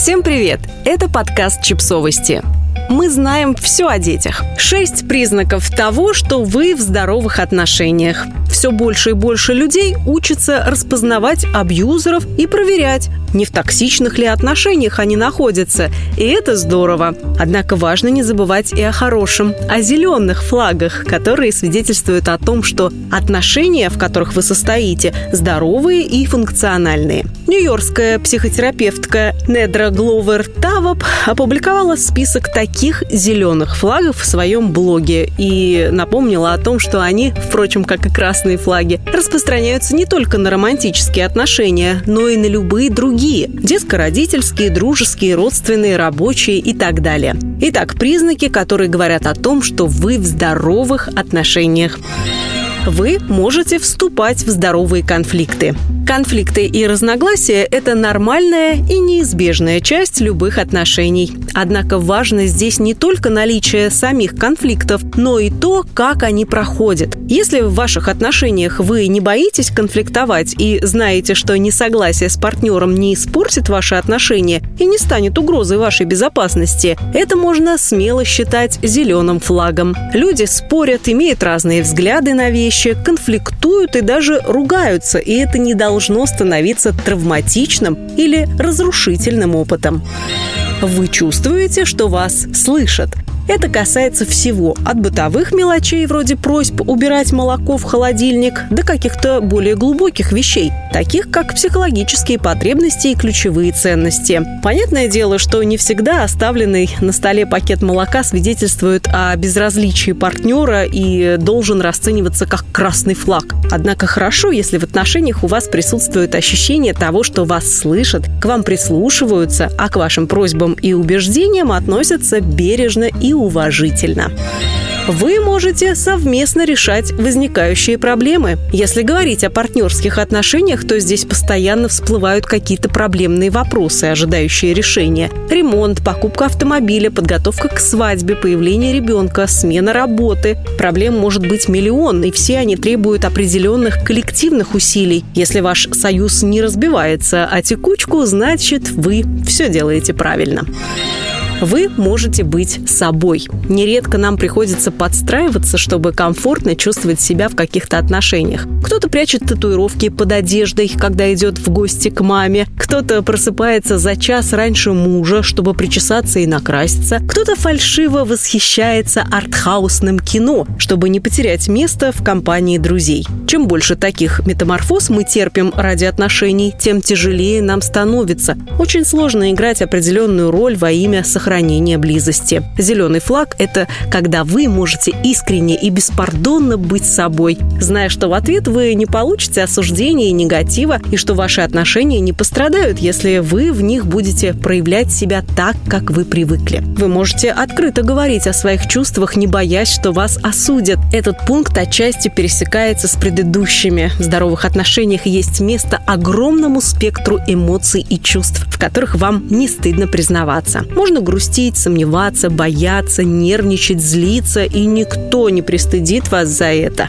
Всем привет! Это подкаст «Чипсовости». Мы знаем все о детях. 6 признаков того, что вы в здоровых отношениях. Все больше и больше людей учатся распознавать абьюзеров и проверять, не в токсичных ли отношениях они находятся. И это здорово. Однако важно не забывать и о хорошем, о зеленых флагах, которые свидетельствуют о том, что отношения, в которых вы состоите, здоровые и функциональные. Нью-йоркская психотерапевтка Недра Гловер Тавоп опубликовала список таких зеленых флагов в своем блоге и напомнила о том, что они, впрочем, как и красные флаги, распространяются не только на романтические отношения, но и на любые другие – детско-родительские, дружеские, родственные, рабочие и так далее. Итак, признаки, которые говорят о том, что вы в здоровых отношениях. Вы можете вступать в здоровые конфликты. Конфликты и разногласия – это нормальная и неизбежная часть любых отношений. Однако важно здесь не только наличие самих конфликтов, но и то, как они проходят. Если в ваших отношениях вы не боитесь конфликтовать и знаете, что несогласие с партнером не испортит ваши отношения и не станет угрозой вашей безопасности, это можно смело считать зеленым флагом. Люди спорят, имеют разные взгляды на вещи, конфликтуют и даже ругаются, и это не должно становиться травматичным или разрушительным опытом. Вы чувствуете, что вас слышат. Это касается всего, от бытовых мелочей вроде просьб убирать молоко в холодильник до каких-то более глубоких вещей, таких как психологические потребности и ключевые ценности. Понятное дело, что не всегда оставленный на столе пакет молока свидетельствует о безразличии партнера и должен расцениваться как красный флаг. Однако хорошо, если в отношениях у вас присутствует ощущение того, что вас слышат, к вам прислушиваются, а к вашим просьбам и убеждениям относятся бережно и уважительно. Вы можете совместно решать возникающие проблемы. Если говорить о партнерских отношениях, то здесь постоянно всплывают какие-то проблемные вопросы, ожидающие решения. Ремонт, покупка автомобиля, подготовка к свадьбе, появление ребенка, смена работы. Проблем может быть миллион, и все они требуют определенных коллективных усилий. Если ваш союз не разбивается о текучку, значит, вы все делаете правильно. Вы можете быть собой. Нередко нам приходится подстраиваться, чтобы комфортно чувствовать себя в каких-то отношениях. Кто-то прячет татуировки под одеждой, когда идет в гости к маме. Кто-то просыпается за час раньше мужа, чтобы причесаться и накраситься. Кто-то фальшиво восхищается артхаусным кино, чтобы не потерять место в компании друзей. Чем больше таких метаморфоз мы терпим ради отношений, тем тяжелее нам становится. Очень сложно играть определенную роль во имя сохранения близости. Зеленый флаг – это когда вы можете искренне и беспардонно быть собой, зная, что в ответ вы не получите осуждения и негатива, и что ваши отношения не пострадают, если вы в них будете проявлять себя так, как вы привыкли. Вы можете открыто говорить о своих чувствах, не боясь, что вас осудят. Этот пункт отчасти пересекается с предыдущими. В здоровых отношениях есть место огромному спектру эмоций и чувств, в которых вам не стыдно признаваться. Можно грустить, сомневаться, бояться, нервничать, злиться, и никто не пристыдит вас за это.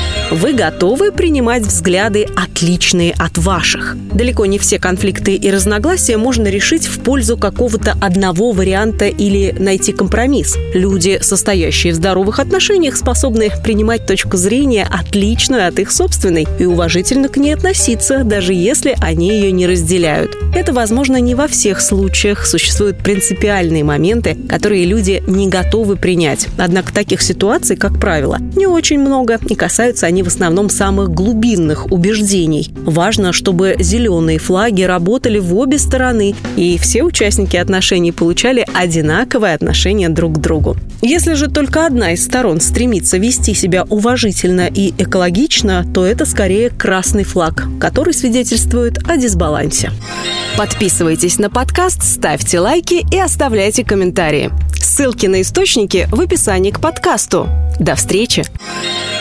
Вы готовы принимать взгляды, отличные от ваших. Далеко не все конфликты и разногласия можно решить в пользу какого-то одного варианта или найти компромисс. Люди, состоящие в здоровых отношениях, способны принимать точку зрения, отличную от их собственной, и уважительно к ней относиться, даже если они ее не разделяют. Это возможно не во всех случаях. Существуют принципиальные моменты, которые люди не готовы принять. Однако таких ситуаций, как правило, не очень много, и касаются они в основном самых глубинных убеждений. Важно, чтобы зеленые флаги работали в обе стороны, и все участники отношений получали одинаковое отношение друг к другу. Если же только одна из сторон стремится вести себя уважительно и экологично, то это скорее красный флаг, который свидетельствует о дисбалансе. Подписывайтесь на подкаст, ставьте лайки и оставляйте комментарии. Ссылки на источники в описании к подкасту. До встречи!